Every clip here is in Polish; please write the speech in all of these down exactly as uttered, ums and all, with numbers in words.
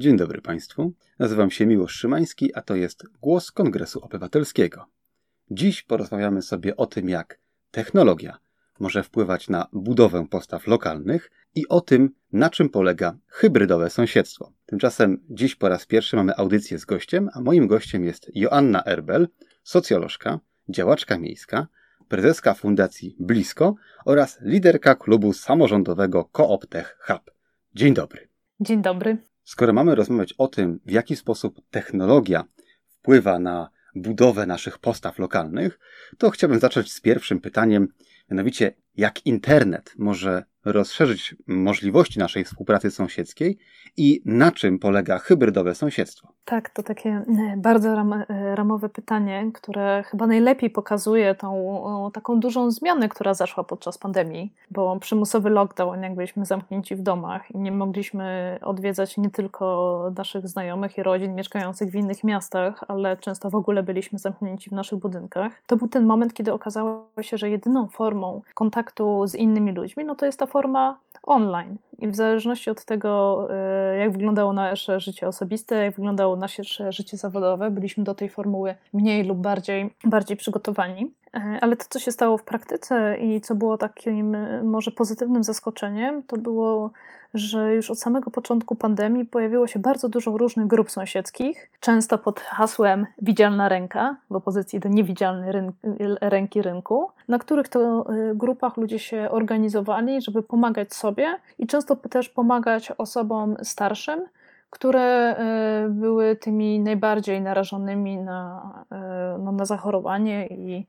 Dzień dobry Państwu. Nazywam się Miłosz Szymański, a to jest Głos Kongresu Obywatelskiego. Dziś porozmawiamy sobie o tym, jak technologia może wpływać na budowę postaw lokalnych i o tym, na czym polega hybrydowe sąsiedztwo. Tymczasem dziś po raz pierwszy mamy audycję z gościem, a moim gościem jest Joanna Erbel, socjolożka, działaczka miejska, prezeska Fundacji Blisko oraz liderka klubu samorządowego CoopTech Hub. Dzień dobry. Dzień dobry. Skoro mamy rozmawiać o tym, w jaki sposób technologia wpływa na budowę naszych postaw lokalnych, to chciałbym zacząć z pierwszym pytaniem, mianowicie jak internet może rozszerzyć możliwości naszej współpracy sąsiedzkiej i na czym polega hybrydowe sąsiedztwo? Tak, to takie bardzo ram, ramowe pytanie, które chyba najlepiej pokazuje tą taką dużą zmianę, która zaszła podczas pandemii, bo przymusowy lockdown, jak byliśmy zamknięci w domach i nie mogliśmy odwiedzać nie tylko naszych znajomych i rodzin mieszkających w innych miastach, ale często w ogóle byliśmy zamknięci w naszych budynkach. To był ten moment, kiedy okazało się, że jedyną formą kontaktu z innymi ludźmi, no to jest ta forma online. I w zależności od tego, jak wyglądało nasze życie osobiste, jak wyglądało nasze życie zawodowe, byliśmy do tej formuły mniej lub bardziej, bardziej przygotowani. Ale to, co się stało w praktyce i co było takim może pozytywnym zaskoczeniem, to było, że już od samego początku pandemii pojawiło się bardzo dużo różnych grup sąsiedzkich, często pod hasłem widzialna ręka, w opozycji do niewidzialnej ryn- ręki rynku, na których to grupach ludzie się organizowali, żeby pomagać sobie i często też pomagać osobom starszym, które były tymi najbardziej narażonymi na, no, na zachorowanie i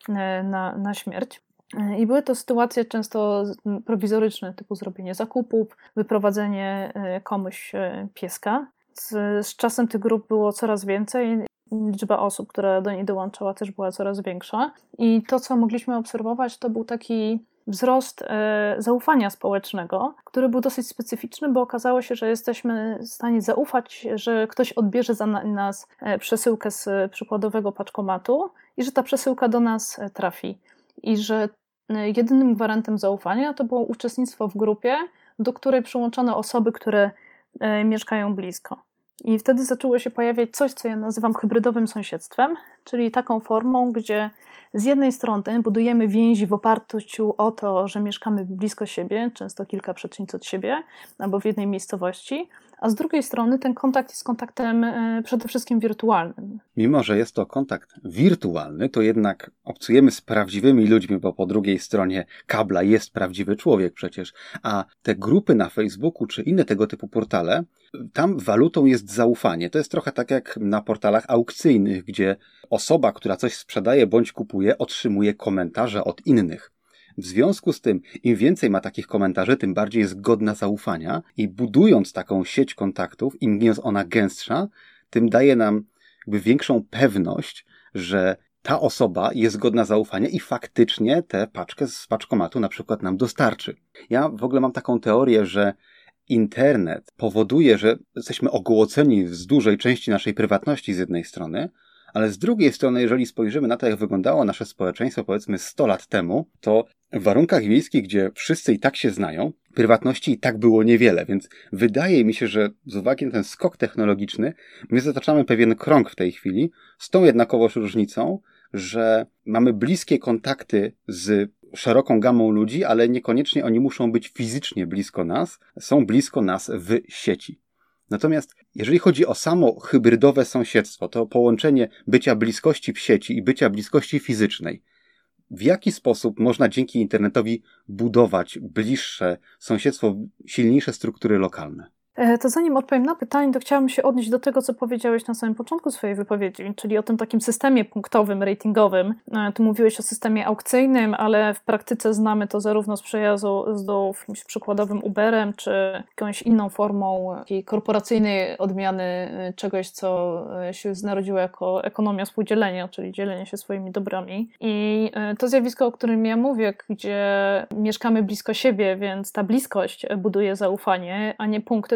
na, na śmierć. I były to sytuacje często prowizoryczne, typu zrobienie zakupów, wyprowadzenie komuś pieska. Z, z czasem tych grup było coraz więcej, liczba osób, która do niej dołączała, też była coraz większa. I to, co mogliśmy obserwować, to był taki wzrost e, zaufania społecznego, który był dosyć specyficzny, bo okazało się, że jesteśmy w stanie zaufać, że ktoś odbierze za nas przesyłkę z przykładowego paczkomatu i że ta przesyłka do nas trafi. I że jedynym gwarantem zaufania to było uczestnictwo w grupie, do której przyłączono osoby, które e, mieszkają blisko. I wtedy zaczęło się pojawiać coś, co ja nazywam hybrydowym sąsiedztwem, czyli taką formą, gdzie z jednej strony budujemy więzi w oparciu o to, że mieszkamy blisko siebie, często kilka przecznic od siebie, albo w jednej miejscowości, a z drugiej strony ten kontakt jest kontaktem przede wszystkim wirtualnym. Mimo że jest to kontakt wirtualny, to jednak obcujemy z prawdziwymi ludźmi, bo po drugiej stronie kabla jest prawdziwy człowiek przecież, a te grupy na Facebooku czy inne tego typu portale, tam walutą jest zaufanie. To jest trochę tak jak na portalach aukcyjnych, gdzie osoba, która coś sprzedaje bądź kupuje, otrzymuje komentarze od innych. W związku z tym, im więcej ma takich komentarzy, tym bardziej jest godna zaufania i budując taką sieć kontaktów, im jest ona gęstsza, tym daje nam jakby większą pewność, że ta osoba jest godna zaufania i faktycznie tę paczkę z paczkomatu na przykład nam dostarczy. Ja w ogóle mam taką teorię, że internet powoduje, że jesteśmy ogołoceni z dużej części naszej prywatności z jednej strony, ale z drugiej strony, jeżeli spojrzymy na to, jak wyglądało nasze społeczeństwo powiedzmy sto lat temu, to w warunkach wiejskich, gdzie wszyscy i tak się znają, prywatności i tak było niewiele, więc wydaje mi się, że z uwagi na ten skok technologiczny, my zataczamy pewien krąg w tej chwili, z tą jednakowoż różnicą, że mamy bliskie kontakty z szeroką gamą ludzi, ale niekoniecznie oni muszą być fizycznie blisko nas, są blisko nas w sieci. Natomiast jeżeli chodzi o samo hybrydowe sąsiedztwo, to połączenie bycia bliskości w sieci i bycia bliskości fizycznej, w jaki sposób można dzięki internetowi budować bliższe sąsiedztwo, silniejsze struktury lokalne? To zanim odpowiem na pytanie, to chciałabym się odnieść do tego, co powiedziałeś na samym początku swojej wypowiedzi, czyli o tym takim systemie punktowym, ratingowym. Tu mówiłeś o systemie aukcyjnym, ale w praktyce znamy to zarówno z przejazdów jakimś przykładowym Uberem, czy jakąś inną formą takiej korporacyjnej odmiany czegoś, co się narodziło jako ekonomia współdzielenia, czyli dzielenie się swoimi dobrami. I to zjawisko, o którym ja mówię, gdzie mieszkamy blisko siebie, więc ta bliskość buduje zaufanie, a nie punkty,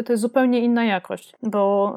to jest zupełnie inna jakość, bo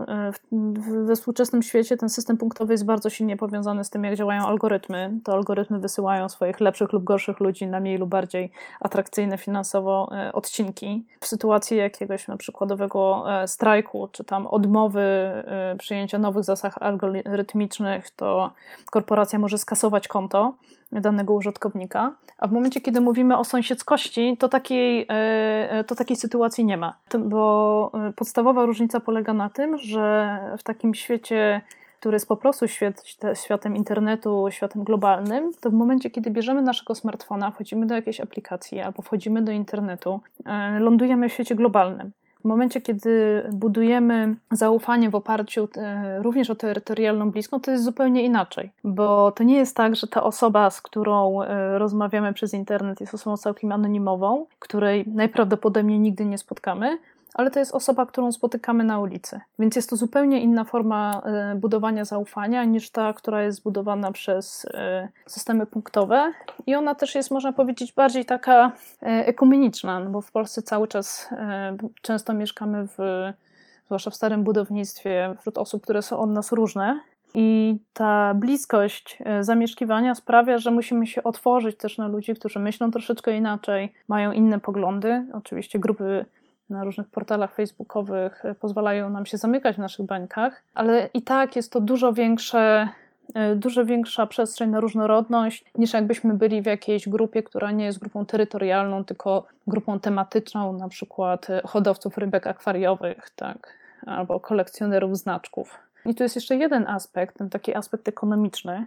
we współczesnym świecie ten system punktowy jest bardzo silnie powiązany z tym, jak działają algorytmy. To algorytmy wysyłają swoich lepszych lub gorszych ludzi na mniej lub bardziej atrakcyjne finansowo odcinki. W sytuacji jakiegoś na przykładowego strajku, czy tam odmowy przyjęcia nowych zasad algorytmicznych, to korporacja może skasować konto danego użytkownika, a w momencie, kiedy mówimy o sąsiedzkości, to takiej, to takiej sytuacji nie ma, bo podstawowa różnica polega na tym, że w takim świecie, który jest po prostu świat, światem internetu, światem globalnym, to w momencie, kiedy bierzemy naszego smartfona, wchodzimy do jakiejś aplikacji albo wchodzimy do internetu, lądujemy w świecie globalnym. W momencie, kiedy budujemy zaufanie w oparciu również o terytorialną bliskość, to jest zupełnie inaczej, bo to nie jest tak, że ta osoba, z którą rozmawiamy przez internet, jest osobą całkiem anonimową, której najprawdopodobniej nigdy nie spotkamy, ale to jest osoba, którą spotykamy na ulicy. Więc jest to zupełnie inna forma budowania zaufania niż ta, która jest zbudowana przez systemy punktowe. I ona też jest, można powiedzieć, bardziej taka ekumeniczna, no bo w Polsce cały czas często mieszkamy, w, zwłaszcza w starym budownictwie, wśród osób, które są od nas różne. I ta bliskość zamieszkiwania sprawia, że musimy się otworzyć też na ludzi, którzy myślą troszeczkę inaczej, mają inne poglądy. Oczywiście grupy na różnych portalach facebookowych pozwalają nam się zamykać w naszych bańkach, ale i tak jest to dużo większe, dużo większa przestrzeń na różnorodność, niż jakbyśmy byli w jakiejś grupie, która nie jest grupą terytorialną, tylko grupą tematyczną, na przykład hodowców rybek akwariowych, tak, albo kolekcjonerów znaczków. I tu jest jeszcze jeden aspekt, ten taki aspekt ekonomiczny,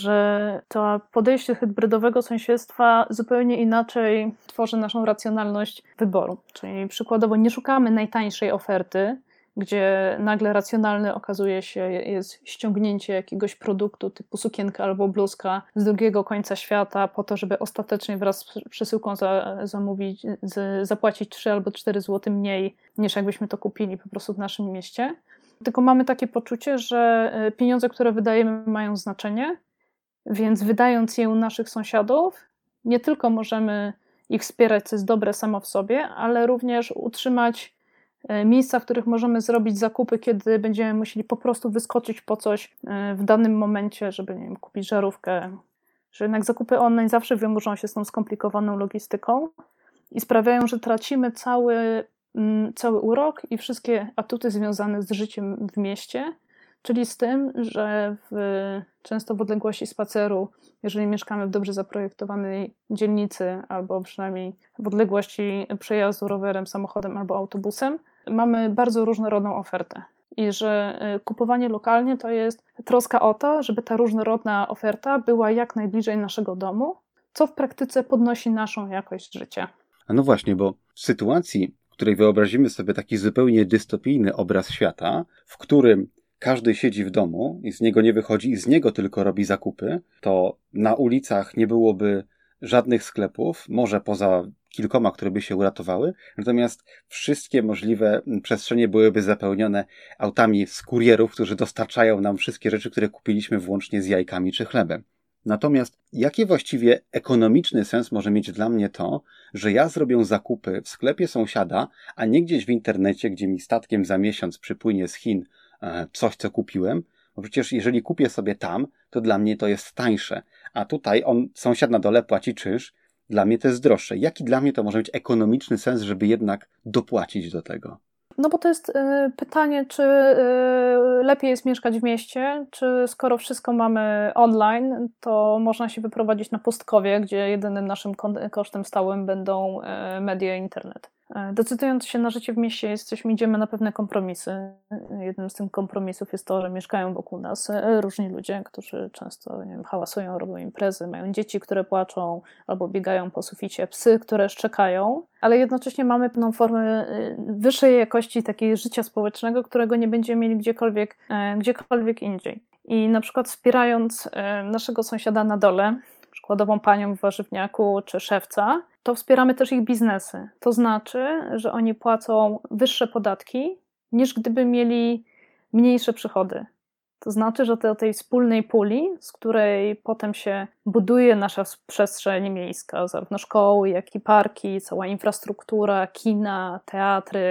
że to podejście hybrydowego sąsiedztwa zupełnie inaczej tworzy naszą racjonalność wyboru. Czyli przykładowo nie szukamy najtańszej oferty, gdzie nagle racjonalne okazuje się jest ściągnięcie jakiegoś produktu typu sukienka albo bluzka z drugiego końca świata po to, żeby ostatecznie wraz z przesyłką za, zamówić, z, zapłacić trzy albo cztery złote mniej, niż jakbyśmy to kupili po prostu w naszym mieście. Tylko mamy takie poczucie, że pieniądze, które wydajemy, mają znaczenie, więc wydając je u naszych sąsiadów, nie tylko możemy ich wspierać, co jest dobre samo w sobie, ale również utrzymać miejsca, w których możemy zrobić zakupy, kiedy będziemy musieli po prostu wyskoczyć po coś w danym momencie, żeby, nie wiem, kupić żarówkę. Że jednak zakupy online zawsze wiążą się z tą skomplikowaną logistyką i sprawiają, że tracimy cały cały urok i wszystkie atuty związane z życiem w mieście, czyli z tym, że w, często w odległości spaceru, jeżeli mieszkamy w dobrze zaprojektowanej dzielnicy albo przynajmniej w odległości przejazdu rowerem, samochodem albo autobusem, mamy bardzo różnorodną ofertę. I że kupowanie lokalnie to jest troska o to, żeby ta różnorodna oferta była jak najbliżej naszego domu, co w praktyce podnosi naszą jakość życia. A no właśnie, bo w sytuacji, w której wyobrazimy sobie taki zupełnie dystopijny obraz świata, w którym każdy siedzi w domu i z niego nie wychodzi i z niego tylko robi zakupy, to na ulicach nie byłoby żadnych sklepów, może poza kilkoma, które by się uratowały, natomiast wszystkie możliwe przestrzenie byłyby zapełnione autami z kurierów, którzy dostarczają nam wszystkie rzeczy, które kupiliśmy włącznie z jajkami czy chlebem. Natomiast jaki właściwie ekonomiczny sens może mieć dla mnie to, że ja zrobię zakupy w sklepie sąsiada, a nie gdzieś w internecie, gdzie mi statkiem za miesiąc przypłynie z Chin coś, co kupiłem? Bo przecież jeżeli kupię sobie tam, to dla mnie to jest tańsze, a tutaj on, sąsiad na dole płaci czynsz, dla mnie to jest droższe. Jaki dla mnie to może być ekonomiczny sens, żeby jednak dopłacić do tego? No bo to jest y, pytanie, czy y, lepiej jest mieszkać w mieście, czy skoro wszystko mamy online, to można się wyprowadzić na pustkowie, gdzie jedynym naszym kosztem stałym będą y, media i internet. Decydując się na życie w mieście, jesteśmy, idziemy na pewne kompromisy. Jednym z tych kompromisów jest to, że mieszkają wokół nas różni ludzie, którzy często, nie wiem, hałasują, robią imprezy, mają dzieci, które płaczą, albo biegają po suficie, psy, które szczekają, ale jednocześnie mamy pewną formę wyższej jakości takiego życia społecznego, którego nie będziemy mieli gdziekolwiek, gdziekolwiek indziej. I na przykład wspierając naszego sąsiada na dole, przykładową panią w warzywniaku czy szewca, to wspieramy też ich biznesy. To znaczy, że oni płacą wyższe podatki, niż gdyby mieli mniejsze przychody. To znaczy, że do tej wspólnej puli, z której potem się buduje nasza przestrzeń miejska, zarówno szkoły, jak i parki, cała infrastruktura, kina, teatry,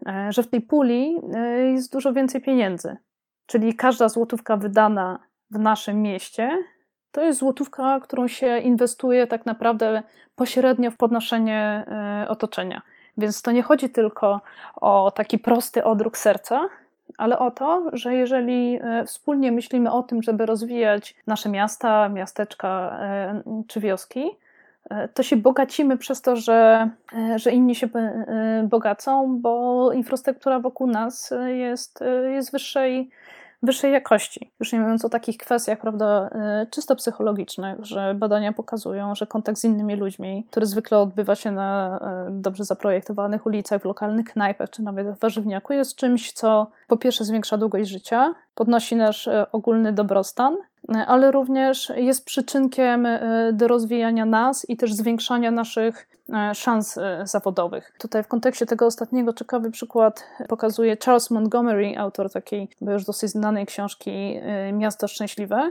że w tej puli jest dużo więcej pieniędzy. Czyli każda złotówka wydana w naszym mieście to jest złotówka, którą się inwestuje tak naprawdę pośrednio w podnoszenie otoczenia. Więc to nie chodzi tylko o taki prosty odruch serca, ale o to, że jeżeli wspólnie myślimy o tym, żeby rozwijać nasze miasta, miasteczka czy wioski, to się bogacimy przez to, że, że inni się bogacą, bo infrastruktura wokół nas jest, jest wyższej, wyższej jakości. Już nie mówiąc o takich kwestiach, prawda, czysto psychologicznych, że badania pokazują, że kontakt z innymi ludźmi, który zwykle odbywa się na dobrze zaprojektowanych ulicach, w lokalnych knajpach, czy nawet w warzywniaku, jest czymś, co po pierwsze zwiększa długość życia, podnosi nasz ogólny dobrostan, ale również jest przyczynkiem do rozwijania nas i też zwiększania naszych szans zawodowych. Tutaj w kontekście tego ostatniego ciekawy przykład pokazuje Charles Montgomery, autor takiej już dosyć znanej książki Miasto Szczęśliwe,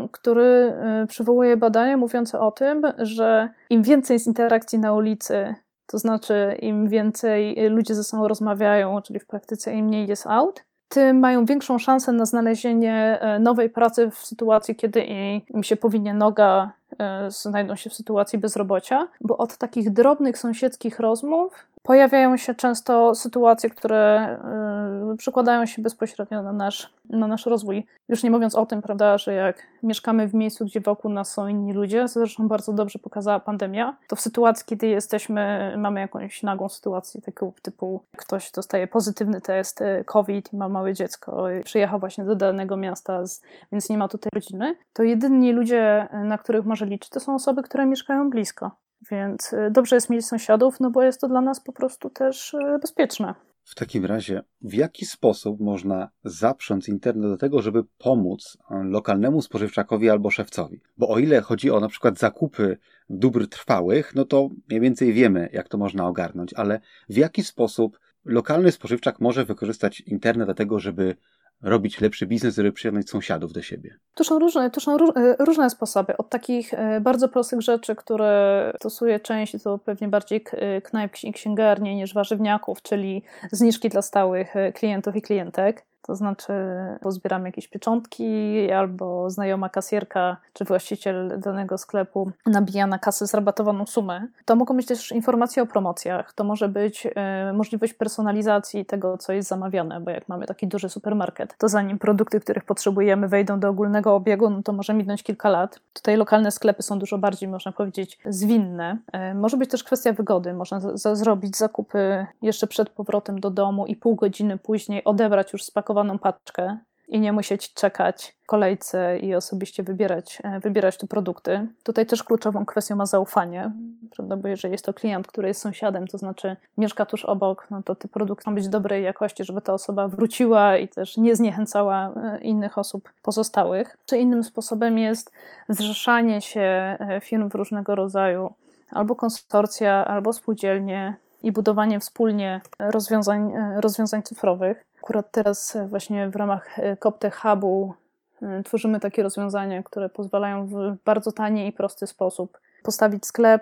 który przywołuje badania mówiące o tym, że im więcej jest interakcji na ulicy, to znaczy im więcej ludzie ze sobą rozmawiają, czyli w praktyce im mniej jest aut, tym mają większą szansę na znalezienie nowej pracy w sytuacji, kiedy im się powinie noga, znajdą się w sytuacji bezrobocia, bo od takich drobnych sąsiedzkich rozmów pojawiają się często sytuacje, które przekładają się bezpośrednio na nasz, na nasz rozwój. Już nie mówiąc o tym, prawda, że jak mieszkamy w miejscu, gdzie wokół nas są inni ludzie, co zresztą bardzo dobrze pokazała pandemia, to w sytuacji, kiedy jesteśmy, mamy jakąś nagłą sytuację takiego typu ktoś dostaje pozytywny test COVID i ma małe dziecko i przyjechał właśnie do danego miasta, więc nie ma tutaj rodziny, to jedyni ludzie, na których może liczyć, to są osoby, które mieszkają blisko. Więc dobrze jest mieć sąsiadów, no bo jest to dla nas po prostu też bezpieczne. W takim razie, w jaki sposób można zaprząc internet do tego, żeby pomóc lokalnemu spożywczakowi albo szewcowi? Bo o ile chodzi o na przykład zakupy dóbr trwałych, no to mniej więcej wiemy, jak to można ogarnąć, ale w jaki sposób lokalny spożywczak może wykorzystać internet do tego, żeby robić lepszy biznes, żeby przyciągnąć sąsiadów do siebie? To są różne, to są różne sposoby. Od takich bardzo prostych rzeczy, które stosuje część, to pewnie bardziej knajp i księgarni niż warzywniaków, czyli zniżki dla stałych klientów i klientek. To znaczy pozbieramy jakieś pieczątki albo znajoma kasjerka czy właściciel danego sklepu nabija na kasę zrabatowaną sumę. To mogą być też informacje o promocjach. To może być e, możliwość personalizacji tego, co jest zamawiane, bo jak mamy taki duży supermarket, to zanim produkty, których potrzebujemy, wejdą do ogólnego obiegu, no to może minąć kilka lat. Tutaj lokalne sklepy są dużo bardziej, można powiedzieć, zwinne. E, może być też kwestia wygody. Można z- z- zrobić zakupy jeszcze przed powrotem do domu i pół godziny później odebrać już spakowaną paczkę i nie musieć czekać w kolejce i osobiście wybierać, wybierać te produkty. Tutaj też kluczową kwestią ma zaufanie, prawda? Bo jeżeli jest to klient, który jest sąsiadem, to znaczy mieszka tuż obok, no to te produkty muszą być dobrej jakości, żeby ta osoba wróciła i też nie zniechęcała innych osób pozostałych. Czy innym sposobem jest zrzeszanie się firm w różnego rodzaju, albo konsorcja, albo spółdzielnie, i budowanie wspólnie rozwiązań, rozwiązań cyfrowych. Akurat teraz właśnie w ramach CopTech Hubu tworzymy takie rozwiązania, które pozwalają w bardzo tani i prosty sposób postawić sklep,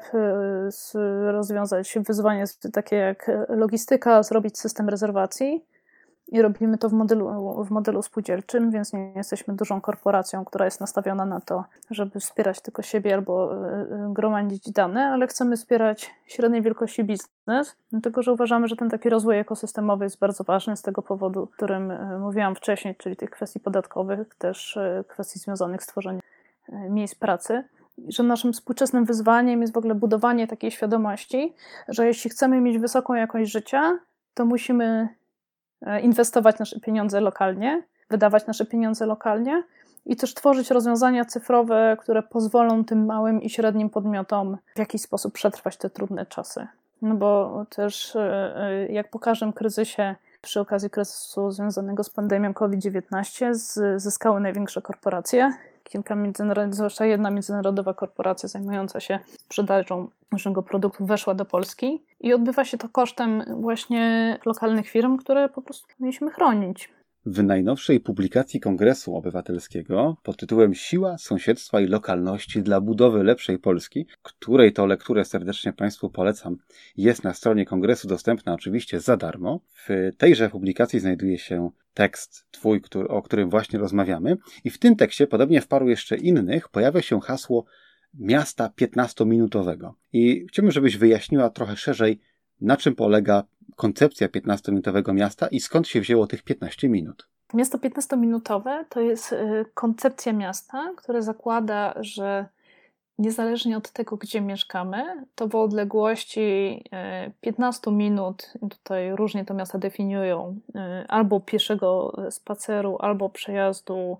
rozwiązać wyzwania takie jak logistyka, zrobić system rezerwacji. I robimy to w modelu, w modelu spółdzielczym, więc nie jesteśmy dużą korporacją, która jest nastawiona na to, żeby wspierać tylko siebie albo gromadzić dane, ale chcemy wspierać średniej wielkości biznes, dlatego że uważamy, że ten taki rozwój ekosystemowy jest bardzo ważny z tego powodu, o którym mówiłam wcześniej, czyli tych kwestii podatkowych, też kwestii związanych z tworzeniem miejsc pracy. Że naszym współczesnym wyzwaniem jest w ogóle budowanie takiej świadomości, że jeśli chcemy mieć wysoką jakość życia, to musimy inwestować nasze pieniądze lokalnie, wydawać nasze pieniądze lokalnie i też tworzyć rozwiązania cyfrowe, które pozwolą tym małym i średnim podmiotom w jakiś sposób przetrwać te trudne czasy. No bo też jak po każdym kryzysie, przy okazji kryzysu związanego z pandemią COVID dziewiętnaście zyskały największe korporacje. Kilka międzynarodowych, zwłaszcza jedna międzynarodowa korporacja zajmująca się sprzedażą naszego produktu weszła do Polski i odbywa się to kosztem właśnie lokalnych firm, które po prostu mieliśmy chronić. W najnowszej publikacji Kongresu Obywatelskiego pod tytułem Siła sąsiedztwa i lokalności dla budowy lepszej Polski, której to lekturę serdecznie Państwu polecam, jest na stronie Kongresu dostępna oczywiście za darmo. W tejże publikacji znajduje się tekst Twój, który, o którym właśnie rozmawiamy i w tym tekście, podobnie w paru jeszcze innych, pojawia się hasło miasta piętnastominutowego. I chciałbym, żebyś wyjaśniła trochę szerzej, na czym polega koncepcja piętnastominutowego miasta i skąd się wzięło tych piętnaście minut. Miasto piętnastominutowe to jest koncepcja miasta, która zakłada, że niezależnie od tego, gdzie mieszkamy, to w odległości piętnaście minut, tutaj różnie to miasta definiują, albo pieszego spaceru, albo przejazdu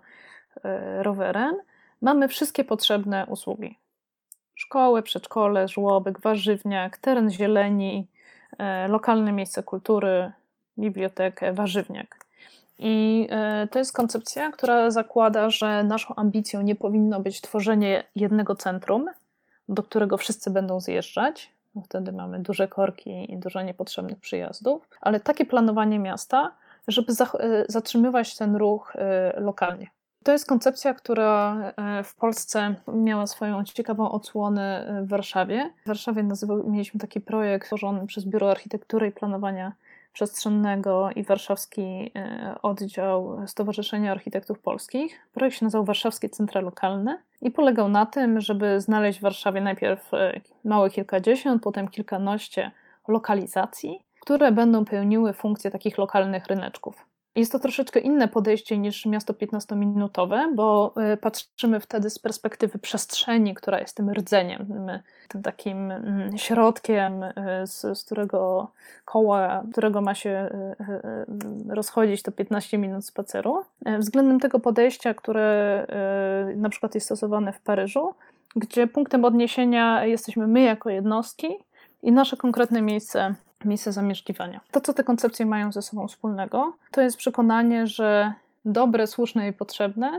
rowerem, mamy wszystkie potrzebne usługi. Szkołę, przedszkole, żłobek, warzywniak, teren zieleni, lokalne miejsce kultury, bibliotekę, warzywniak. I to jest koncepcja, która zakłada, że naszą ambicją nie powinno być tworzenie jednego centrum, do którego wszyscy będą zjeżdżać, bo wtedy mamy duże korki i dużo niepotrzebnych przyjazdów, ale takie planowanie miasta, żeby zatrzymywać ten ruch lokalnie. To jest koncepcja, która w Polsce miała swoją ciekawą odsłonę w Warszawie. W Warszawie nazywał, mieliśmy taki projekt tworzony przez Biuro Architektury i Planowania Przestrzennego i warszawski oddział Stowarzyszenia Architektów Polskich. Projekt się nazywał Warszawskie Centra Lokalne i polegał na tym, żeby znaleźć w Warszawie najpierw małe kilkadziesiąt, potem kilkanaście lokalizacji, które będą pełniły funkcję takich lokalnych ryneczków. Jest to troszeczkę inne podejście niż miasto piętnastominutowe, bo patrzymy wtedy z perspektywy przestrzeni, która jest tym rdzeniem, tym takim środkiem, z, z którego koła, którego ma się rozchodzić to piętnaście minut spaceru. Względem tego podejścia, które na przykład jest stosowane w Paryżu, gdzie punktem odniesienia jesteśmy my jako jednostki i nasze konkretne miejsce miejsce zamieszkiwania. To, co te koncepcje mają ze sobą wspólnego, to jest przekonanie, że dobre, słuszne i potrzebne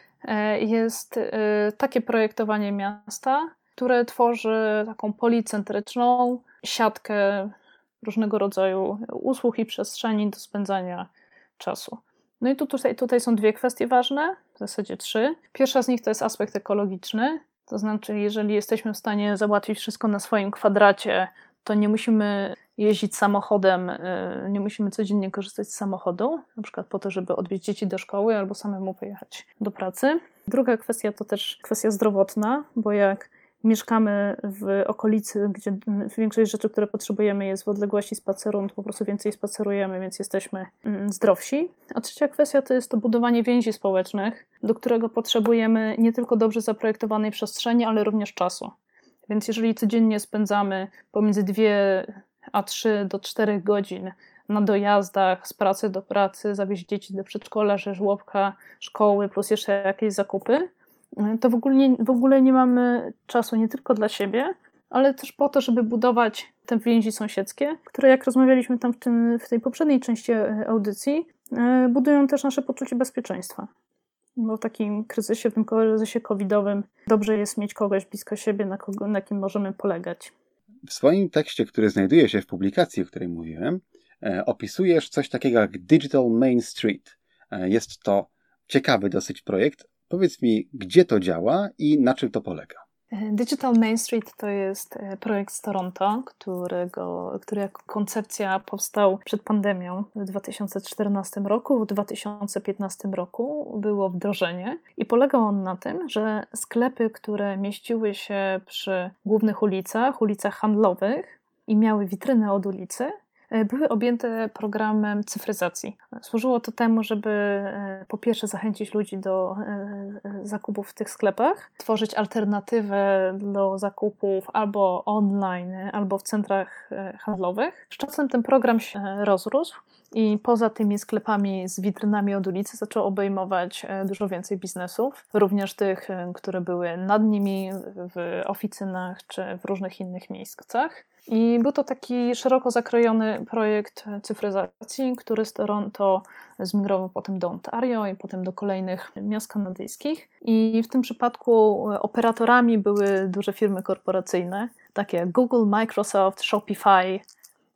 jest takie projektowanie miasta, które tworzy taką policentryczną siatkę różnego rodzaju usług i przestrzeni do spędzania czasu. No i tu, tutaj, tutaj są dwie kwestie ważne, w zasadzie trzy. Pierwsza z nich to jest aspekt ekologiczny, to znaczy jeżeli jesteśmy w stanie załatwić wszystko na swoim kwadracie, to nie musimy jeździć samochodem, nie musimy codziennie korzystać z samochodu, na przykład po to, żeby odwieźć dzieci do szkoły albo samemu pojechać do pracy. Druga kwestia to też kwestia zdrowotna, bo jak mieszkamy w okolicy, gdzie większość rzeczy, które potrzebujemy jest w odległości spaceru, to po prostu więcej spacerujemy, więc jesteśmy zdrowsi. A trzecia kwestia to jest to budowanie więzi społecznych, do którego potrzebujemy nie tylko dobrze zaprojektowanej przestrzeni, ale również czasu. Więc jeżeli codziennie spędzamy pomiędzy dwie a trzy do czterech godzin na dojazdach z pracy do pracy, zawieźć dzieci do przedszkola, żłobka, szkoły, plus jeszcze jakieś zakupy, to w ogóle, nie, w ogóle nie mamy czasu nie tylko dla siebie, ale też po to, żeby budować te więzi sąsiedzkie, które jak rozmawialiśmy tam w, tym, w tej poprzedniej części audycji, budują też nasze poczucie bezpieczeństwa. Bo w takim kryzysie, w tym kryzysie covidowym dobrze jest mieć kogoś blisko siebie, na, kogo, na kim możemy polegać. W swoim tekście, który znajduje się w publikacji, o której mówiłem, e, opisujesz coś takiego jak Digital Main Street. E, jest to ciekawy dosyć projekt. Powiedz mi, gdzie to działa i na czym to polega? Digital Main Street to jest projekt z Toronto, którego, który jako koncepcja powstał przed pandemią w dwa tysiące czternastym roku. W dwa tysiące piętnastym roku było wdrożenie i polegał on na tym, że sklepy, które mieściły się przy głównych ulicach, ulicach handlowych i miały witryny od ulicy, były objęte programem cyfryzacji. Służyło to temu, żeby po pierwsze zachęcić ludzi do zakupów w tych sklepach, tworzyć alternatywę do zakupów albo online, albo w centrach handlowych. Z czasem ten program się rozrósł i poza tymi sklepami z witrynami od ulicy zaczął obejmować dużo więcej biznesów, również tych, które były nad nimi w oficynach czy w różnych innych miejscach. I był to taki szeroko zakrojony projekt cyfryzacji, który z Toronto zmigrował potem do Ontario i potem do kolejnych miast kanadyjskich. I w tym przypadku operatorami były duże firmy korporacyjne, takie jak Google, Microsoft, Shopify,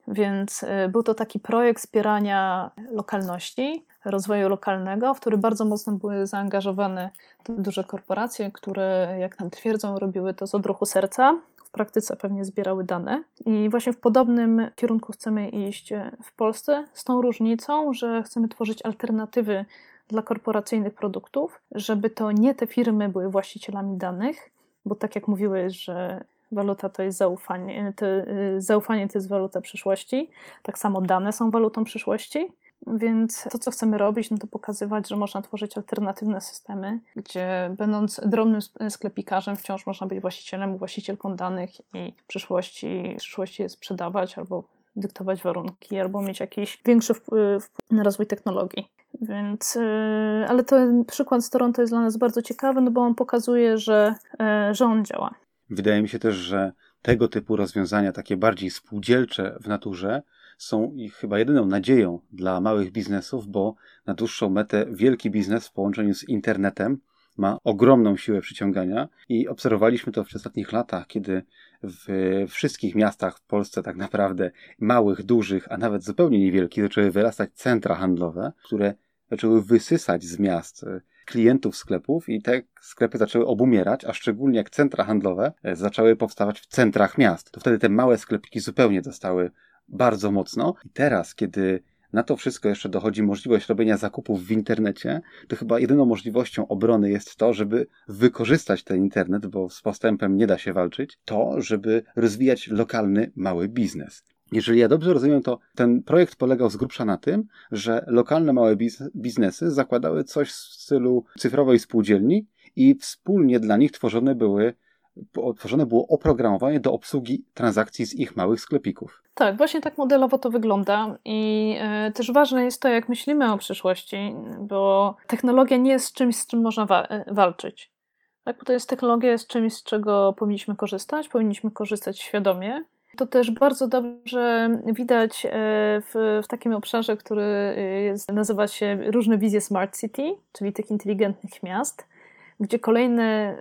Więc był to taki projekt wspierania lokalności, rozwoju lokalnego, w który bardzo mocno były zaangażowane duże korporacje, które, jak nam twierdzą, robiły to z odruchu serca. W praktyce pewnie zbierały dane. I właśnie w podobnym kierunku chcemy iść w Polsce, z tą różnicą, że chcemy tworzyć alternatywy dla korporacyjnych produktów, żeby to nie te firmy były właścicielami danych, bo tak jak mówiłeś, że waluta to jest zaufanie, to, zaufanie to jest waluta przyszłości, tak samo dane są walutą przyszłości, więc to, co chcemy robić, no to pokazywać, że można tworzyć alternatywne systemy, gdzie będąc drobnym sklepikarzem wciąż można być właścicielem, właścicielką danych i w przyszłości, w przyszłości je sprzedawać albo dyktować warunki, albo mieć jakiś większy wpływ na rozwój technologii. Więc, ale ten przykład z Toronto jest dla nas bardzo ciekawy, no bo on pokazuje, że, że on działa. Wydaje mi się też, że tego typu rozwiązania, takie bardziej spółdzielcze w naturze, są ich chyba jedyną nadzieją dla małych biznesów, bo na dłuższą metę wielki biznes w połączeniu z internetem ma ogromną siłę przyciągania i obserwowaliśmy to w ostatnich latach, kiedy w wszystkich miastach w Polsce tak naprawdę małych, dużych, a nawet zupełnie niewielkich zaczęły wyrastać centra handlowe, które zaczęły wysysać z miast klientów sklepów i te sklepy zaczęły obumierać, a szczególnie jak centra handlowe zaczęły powstawać w centrach miast. To wtedy te małe sklepiki zupełnie zostały bardzo mocno. I teraz, kiedy na to wszystko jeszcze dochodzi możliwość robienia zakupów w internecie, to chyba jedyną możliwością obrony jest to, żeby wykorzystać ten internet, bo z postępem nie da się walczyć, to, żeby rozwijać lokalny, mały biznes. Jeżeli ja dobrze rozumiem, to ten projekt polegał z grubsza na tym, że lokalne małe biznesy zakładały coś w stylu cyfrowej spółdzielni i wspólnie dla nich tworzone były Tworzone było oprogramowanie do obsługi transakcji z ich małych sklepików. Tak, właśnie tak modelowo to wygląda i y, też ważne jest to, jak myślimy o przyszłości, bo technologia nie jest czymś, z czym można wa- walczyć. Tak, bo to jest technologia, jest czymś, z czego powinniśmy korzystać, powinniśmy korzystać świadomie. To też bardzo dobrze widać w, w takim obszarze, który jest, nazywa się różne wizje Smart City, czyli tych inteligentnych miast, gdzie kolejne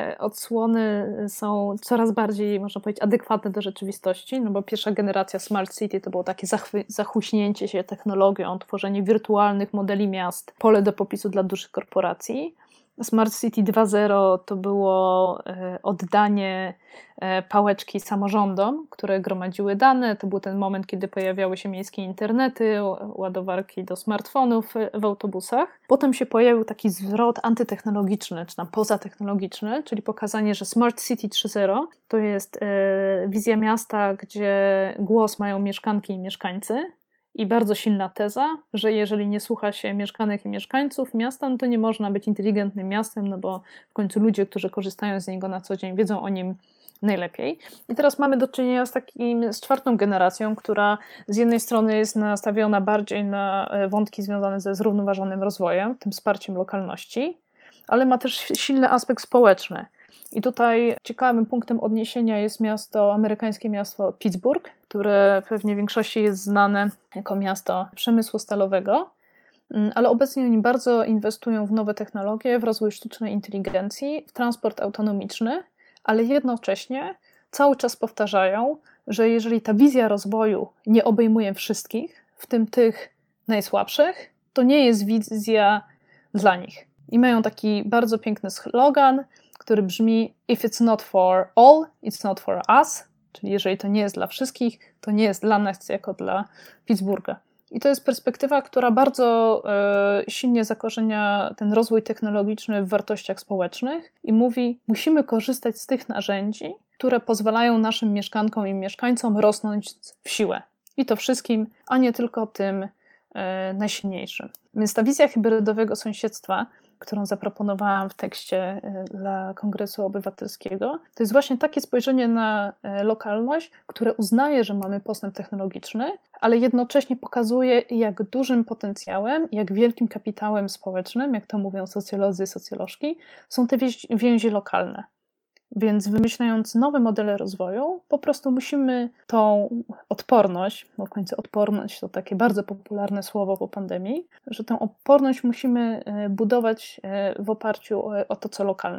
odsłony są coraz bardziej, można powiedzieć, adekwatne do rzeczywistości, no bo pierwsza generacja Smart City to było takie zachwy- zachuśnięcie się technologią, tworzenie wirtualnych modeli miast, pole do popisu dla dużych korporacji. Smart City dwa zero to było oddanie pałeczki samorządom, które gromadziły dane. To był ten moment, kiedy pojawiały się miejskie internety, ładowarki do smartfonów w autobusach. Potem się pojawił taki zwrot antytechnologiczny, czy tam pozatechnologiczny, czyli pokazanie, że Smart City trzy zero to jest wizja miasta, gdzie głos mają mieszkanki i mieszkańcy. I bardzo silna teza, że jeżeli nie słucha się mieszkanek i mieszkańców miasta, no to nie można być inteligentnym miastem, no bo w końcu ludzie, którzy korzystają z niego na co dzień, wiedzą o nim najlepiej. I teraz mamy do czynienia z takim, z czwartą generacją, która z jednej strony jest nastawiona bardziej na wątki związane ze zrównoważonym rozwojem, tym wsparciem lokalności, ale ma też silny aspekt społeczny. I tutaj ciekawym punktem odniesienia jest miasto, amerykańskie miasto Pittsburgh, które pewnie w większości jest znane jako miasto przemysłu stalowego, ale obecnie oni bardzo inwestują w nowe technologie, w rozwój sztucznej inteligencji, w transport autonomiczny, ale jednocześnie cały czas powtarzają, że jeżeli ta wizja rozwoju nie obejmuje wszystkich, w tym tych najsłabszych, to nie jest wizja dla nich. I mają taki bardzo piękny slogan, który brzmi "If it's not for all, it's not for us", czyli jeżeli to nie jest dla wszystkich, to nie jest dla nas jako dla Pittsburgha. I to jest perspektywa, która bardzo e, silnie zakorzenia ten rozwój technologiczny w wartościach społecznych i mówi, musimy korzystać z tych narzędzi, które pozwalają naszym mieszkankom i mieszkańcom rosnąć w siłę. I to wszystkim, a nie tylko tym e, najsilniejszym. Więc ta wizja hybrydowego sąsiedztwa, którą zaproponowałam w tekście dla Kongresu Obywatelskiego, to jest właśnie takie spojrzenie na lokalność, które uznaje, że mamy postęp technologiczny, ale jednocześnie pokazuje, jak dużym potencjałem, jak wielkim kapitałem społecznym, jak to mówią socjolodzy i socjolożki, są te więzi lokalne. Więc wymyślając nowe modele rozwoju, po prostu musimy tą odporność, bo w końcu odporność to takie bardzo popularne słowo po pandemii, że tę odporność musimy budować w oparciu o to, co lokalne.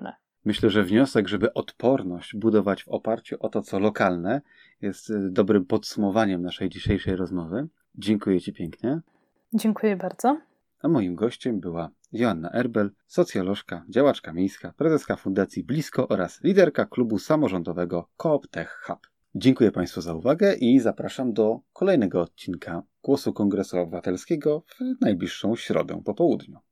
Myślę, że wniosek, żeby odporność budować w oparciu o to, co lokalne, jest dobrym podsumowaniem naszej dzisiejszej rozmowy. Dziękuję Ci pięknie. Dziękuję bardzo. A moim gościem była Joanna Erbel, socjolożka, działaczka miejska, prezeska Fundacji Blisko oraz liderka klubu samorządowego Coop Tech Hub. Dziękuję Państwu za uwagę i zapraszam do kolejnego odcinka Głosu Kongresu Obywatelskiego w najbliższą środę po południu.